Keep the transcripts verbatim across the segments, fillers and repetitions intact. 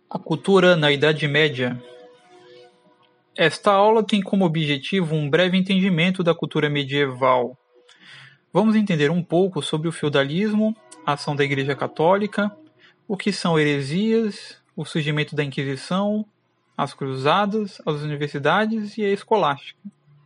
A cultura na Idade Média. Esta aula tem como objetivo um breve entendimento da cultura medieval. Vamos entender um pouco sobre o feudalismo, a ação da Igreja Católica, o que são heresias, o surgimento da Inquisição, as cruzadas, as universidades e a escolástica.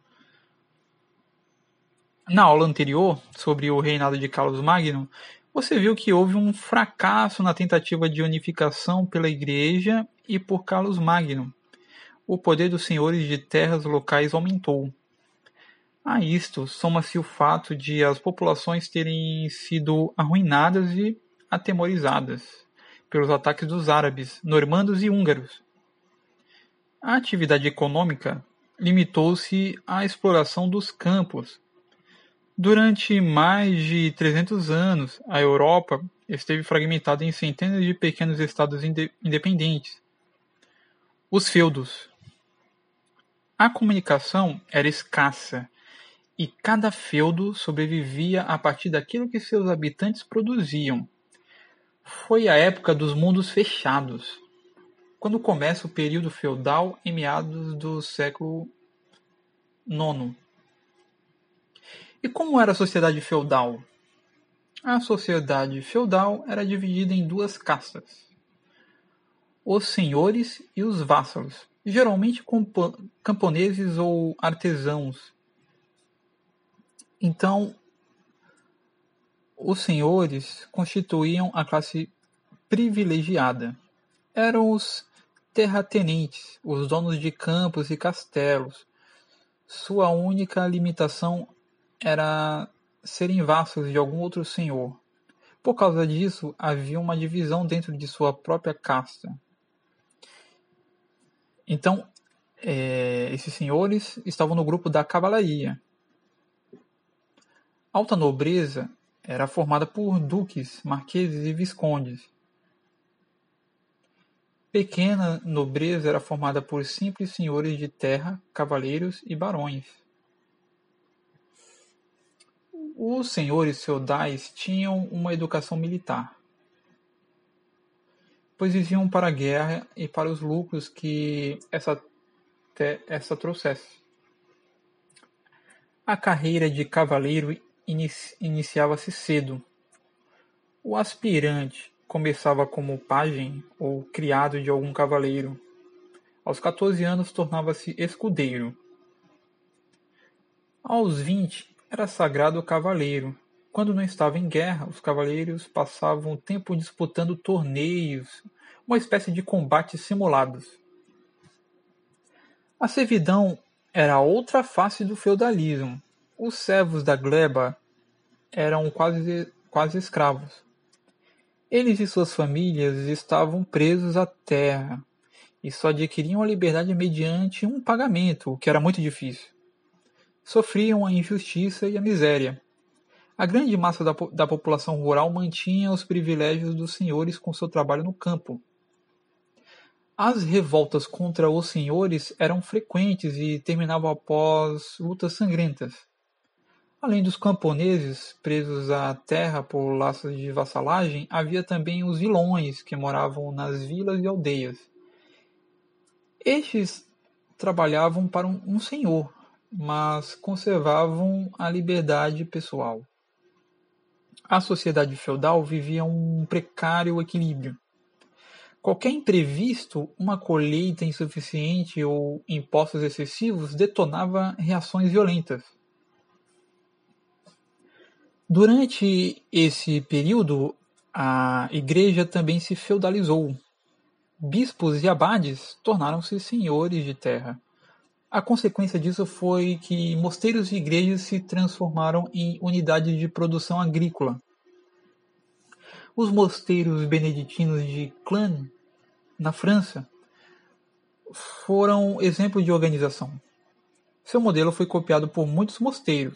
Na aula anterior, sobre o reinado de Carlos Magno, você viu que houve um fracasso na tentativa de unificação pela Igreja e por Carlos Magno. O poder dos senhores de terras locais aumentou. A isto soma-se o fato de as populações terem sido arruinadas e atemorizadas pelos ataques dos árabes, normandos e húngaros. A atividade econômica limitou-se à exploração dos campos. Durante mais de trezentos anos, a Europa esteve fragmentada em centenas de pequenos estados independentes. Os feudos. A comunicação era escassa e cada feudo sobrevivia a partir daquilo que seus habitantes produziam. Foi a época dos mundos fechados, quando começa o período feudal em meados do século nono. E como era a sociedade feudal? A sociedade feudal era dividida em duas castas: os senhores e os vassalos, geralmente camponeses ou artesãos. Então, os senhores constituíam a classe privilegiada. Eram os terratenentes, os donos de campos e castelos. Sua única limitação era serem vassalos de algum outro senhor. Por causa disso, havia uma divisão dentro de sua própria casta. Então, é, esses senhores estavam no grupo da cavalaria. Alta nobreza era formada por duques, marqueses e viscondes. Pequena nobreza era formada por simples senhores de terra, cavaleiros e barões. Os senhores feudais tinham uma educação militar, pois viviam para a guerra e para os lucros que essa, essa trouxesse. A carreira de cavaleiro inici, iniciava-se cedo. O aspirante começava como pajem ou criado de algum cavaleiro. Aos quatorze anos tornava-se escudeiro. Aos vinte, era sagrado cavaleiro. Quando não estava em guerra, os cavaleiros passavam o tempo disputando torneios, uma espécie de combates simulados. A servidão era outra face do feudalismo. Os servos da gleba eram quase, quase escravos. Eles e suas famílias estavam presos à terra e só adquiriam a liberdade mediante um pagamento, o que era muito difícil. Sofriam a injustiça e a miséria. A grande massa da, da população rural mantinha os privilégios dos senhores com seu trabalho no campo. As revoltas contra os senhores eram frequentes e terminavam após lutas sangrentas. Além dos camponeses presos à terra por laços de vassalagem, havia também os vilões que moravam nas vilas e aldeias. Estes trabalhavam para um, um senhor, mas conservavam a liberdade pessoal. A sociedade feudal vivia um precário equilíbrio. Qualquer imprevisto, uma colheita insuficiente ou impostos excessivos detonava reações violentas. Durante esse período, a igreja também se feudalizou. Bispos e abades tornaram-se senhores de terra. A consequência disso foi que mosteiros e igrejas se transformaram em unidades de produção agrícola. Os mosteiros beneditinos de Clans, na França, foram exemplo de organização. Seu modelo foi copiado por muitos mosteiros.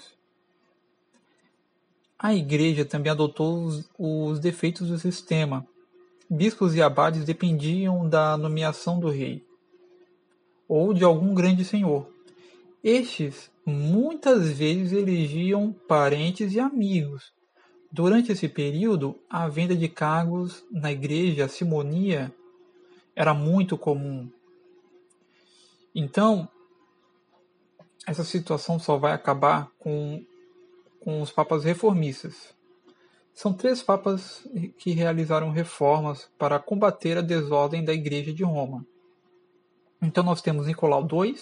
A igreja também adotou os, os defeitos do sistema. Bispos e abades dependiam da nomeação do rei ou de algum grande senhor. Estes muitas vezes elegiam parentes e amigos. Durante esse período, a venda de cargos na igreja, a simonia, era muito comum. Então, essa situação só vai acabar com, com os papas reformistas. São três papas que realizaram reformas para combater a desordem da Igreja de Roma. Então nós temos Nicolau segundo,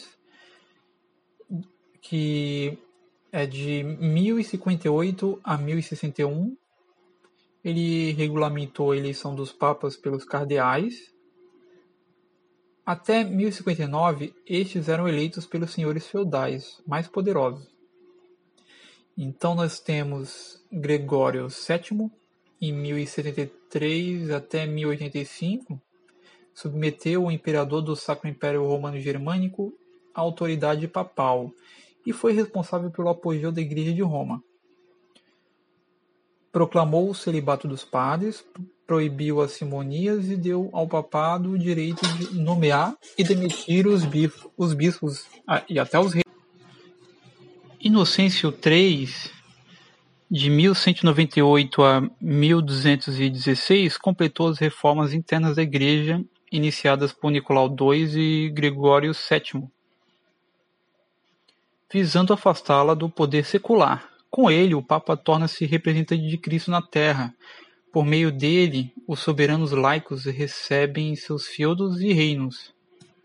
que é de mil e cinquenta e oito a mil e sessenta e um. Ele regulamentou a eleição dos papas pelos cardeais. Até mil e cinquenta e nove, estes eram eleitos pelos senhores feudais mais poderosos. Então nós temos Gregório sétimo, em mil e setenta e três até mil e oitenta e cinco, submeteu o imperador do Sacro Império Romano Germânico à autoridade papal e foi responsável pelo apogeu da Igreja de Roma. Proclamou o celibato dos padres, proibiu as simonias e deu ao papado o direito de nomear e demitir os bispos, os bispos ah, e até os reis. Inocêncio terceiro, de mil cento e noventa e oito a mil duzentos e dezesseis, completou as reformas internas da Igreja iniciadas por Nicolau segundo e Gregório sétimo, visando afastá-la do poder secular. Com ele, o Papa torna-se representante de Cristo na Terra. Por meio dele, os soberanos laicos recebem seus feudos e reinos.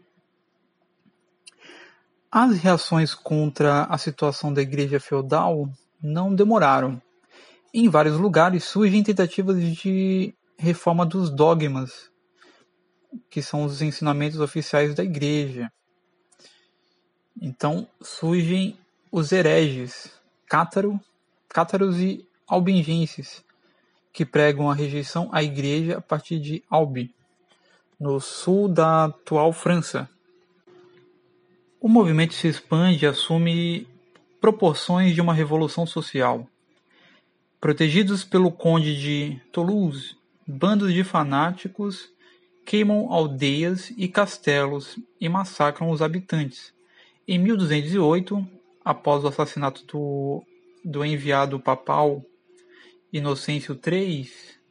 As reações contra a situação da Igreja feudal não demoraram. Em vários lugares surgem tentativas de reforma dos dogmas, que são os ensinamentos oficiais da Igreja. Então surgem os hereges, cátaro, cátaros e albigenses, que pregam a rejeição à Igreja a partir de Albi, no sul da atual França. O movimento se expande e assume proporções de uma revolução social. Protegidos pelo conde de Toulouse, bandos de fanáticos queimam aldeias e castelos e massacram os habitantes. Em mil duzentos e oito, após o assassinato do, do enviado papal Inocêncio terceiro,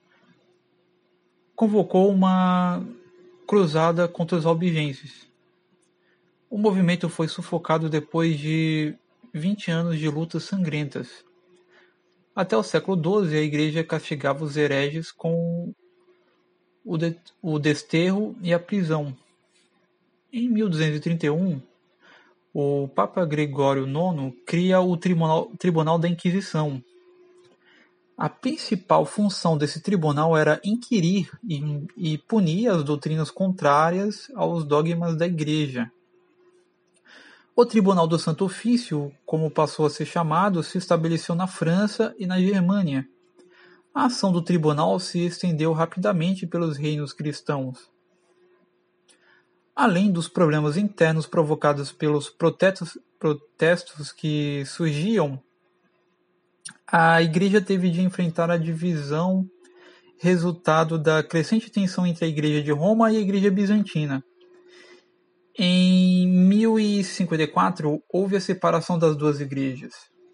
convocou uma cruzada contra os albigenses. O movimento foi sufocado depois de vinte anos de lutas sangrentas. Até o século doze, a Igreja castigava os hereges com o, de, o desterro e a prisão. Em mil duzentos e trinta e um, o Papa Gregório nono cria o Tribunal, Tribunal da Inquisição. A principal função desse tribunal era inquirir e, e punir as doutrinas contrárias aos dogmas da Igreja. O Tribunal do Santo Ofício, como passou a ser chamado, se estabeleceu na França e na Germânia. A ação do tribunal se estendeu rapidamente pelos reinos cristãos. Além dos problemas internos provocados pelos protestos, protestos que surgiam, a Igreja teve de enfrentar a divisão resultado da crescente tensão entre a Igreja de Roma e a Igreja Bizantina. Em mil e cinquenta e quatro, houve a separação das duas igrejas.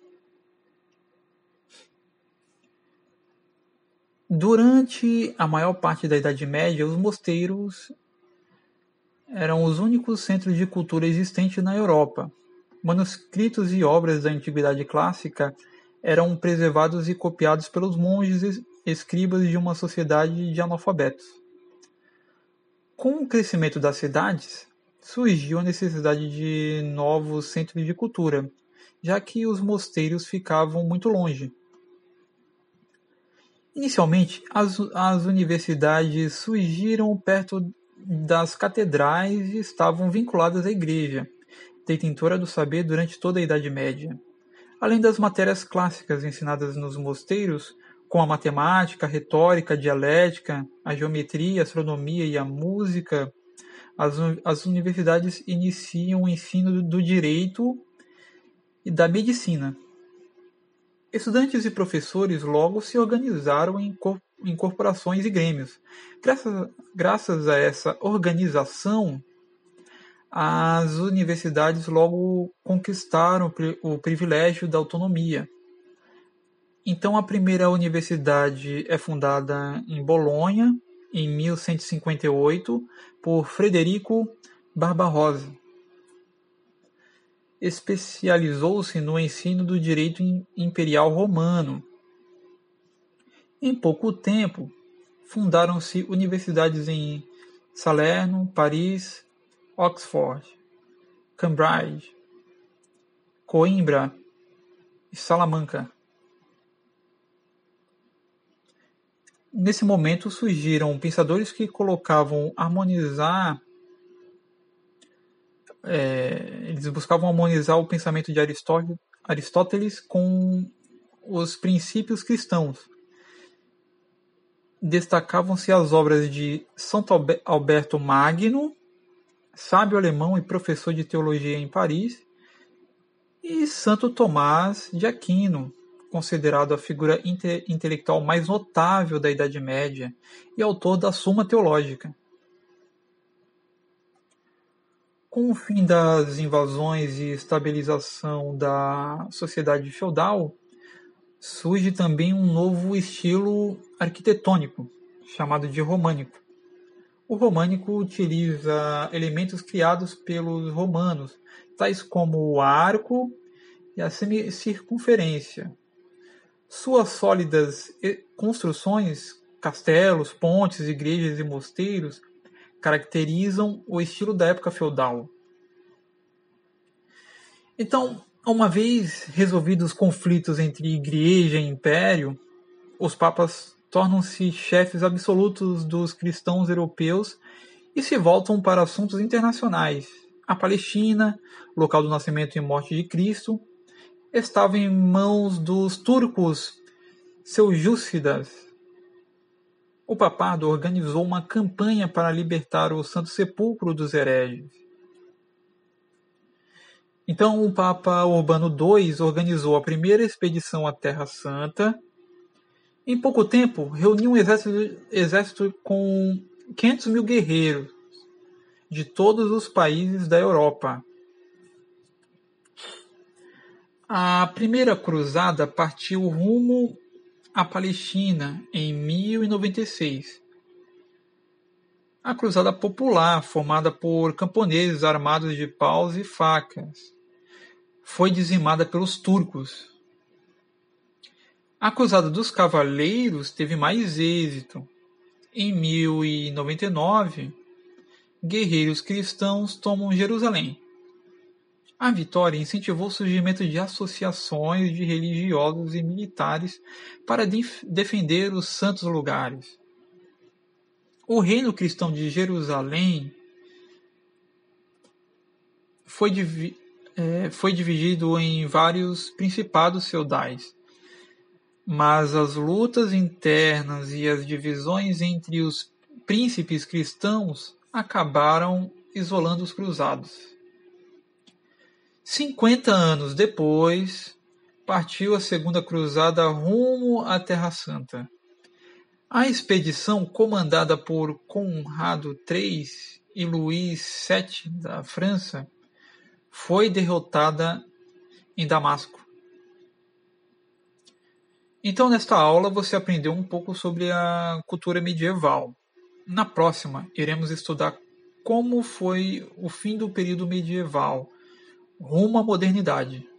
Durante a maior parte da Idade Média, os mosteiros eram os únicos centros de cultura existentes na Europa. Manuscritos e obras da Antiguidade Clássica eram preservados e copiados pelos monges e escribas de uma sociedade de analfabetos. Com o crescimento das cidades, surgiu a necessidade de novos centros de cultura, já que os mosteiros ficavam muito longe. Inicialmente, as, as universidades surgiram perto das catedrais e estavam vinculadas à igreja, detentora do saber durante toda a Idade Média. Além das matérias clássicas ensinadas nos mosteiros, como a matemática, a retórica, a dialética, a geometria, a astronomia e a música, As, as universidades iniciam o ensino do direito e da medicina. Estudantes e professores logo se organizaram em, cor, em corporações e grêmios. Graças, graças a essa organização, as universidades logo conquistaram o privilégio da autonomia. Então, a primeira universidade é fundada em Bolonha, em mil cento e cinquenta e oito, por Frederico Barbarossa. Especializou-se no ensino do direito imperial romano. Em pouco tempo, fundaram-se universidades em Salerno, Paris, Oxford, Cambridge, Coimbra e Salamanca. Nesse momento surgiram pensadores que colocavam harmonizar, é, eles buscavam harmonizar o pensamento de Aristóteles com os princípios cristãos. Destacavam-se as obras de Santo Alberto Magno, sábio alemão e professor de teologia em Paris, e Santo Tomás de Aquino, considerado a figura inte- intelectual mais notável da Idade Média e autor da Suma Teológica. Com o fim das invasões e estabilização da sociedade feudal, surge também um novo estilo arquitetônico, chamado de românico. O românico utiliza elementos criados pelos romanos, tais como o arco e a semicircunferência. Suas sólidas construções, castelos, pontes, igrejas e mosteiros, caracterizam o estilo da época feudal. Então, uma vez resolvidos os conflitos entre igreja e império, os papas tornam-se chefes absolutos dos cristãos europeus e se voltam para assuntos internacionais. A Palestina, local do nascimento e morte de Cristo, estava em mãos dos turcos seljúcidas. O papado organizou uma campanha para libertar o Santo Sepulcro dos hereges. Então, o Papa Urbano dois organizou a primeira expedição à Terra Santa. Em pouco tempo, reuniu um exército, exército com quinhentos mil guerreiros de todos os países da Europa. A primeira cruzada partiu rumo à Palestina em mil e noventa e seis. A cruzada popular, formada por camponeses armados de paus e facas, foi dizimada pelos turcos. A cruzada dos cavaleiros teve mais êxito. Em mil e noventa e nove, guerreiros cristãos tomam Jerusalém. A vitória incentivou o surgimento de associações de religiosos e militares para def- defender os santos lugares. O reino cristão de Jerusalém foi, divi- é, foi dividido em vários principados feudais, mas as lutas internas e as divisões entre os príncipes cristãos acabaram isolando os cruzados. Cinquenta anos depois, partiu a segunda cruzada rumo à Terra Santa. A expedição, comandada por Conrado terceiro e Luís sétimo da França, foi derrotada em Damasco. Então, nesta aula, você aprendeu um pouco sobre a cultura medieval. Na próxima, iremos estudar como foi o fim do período medieval, rumo à modernidade.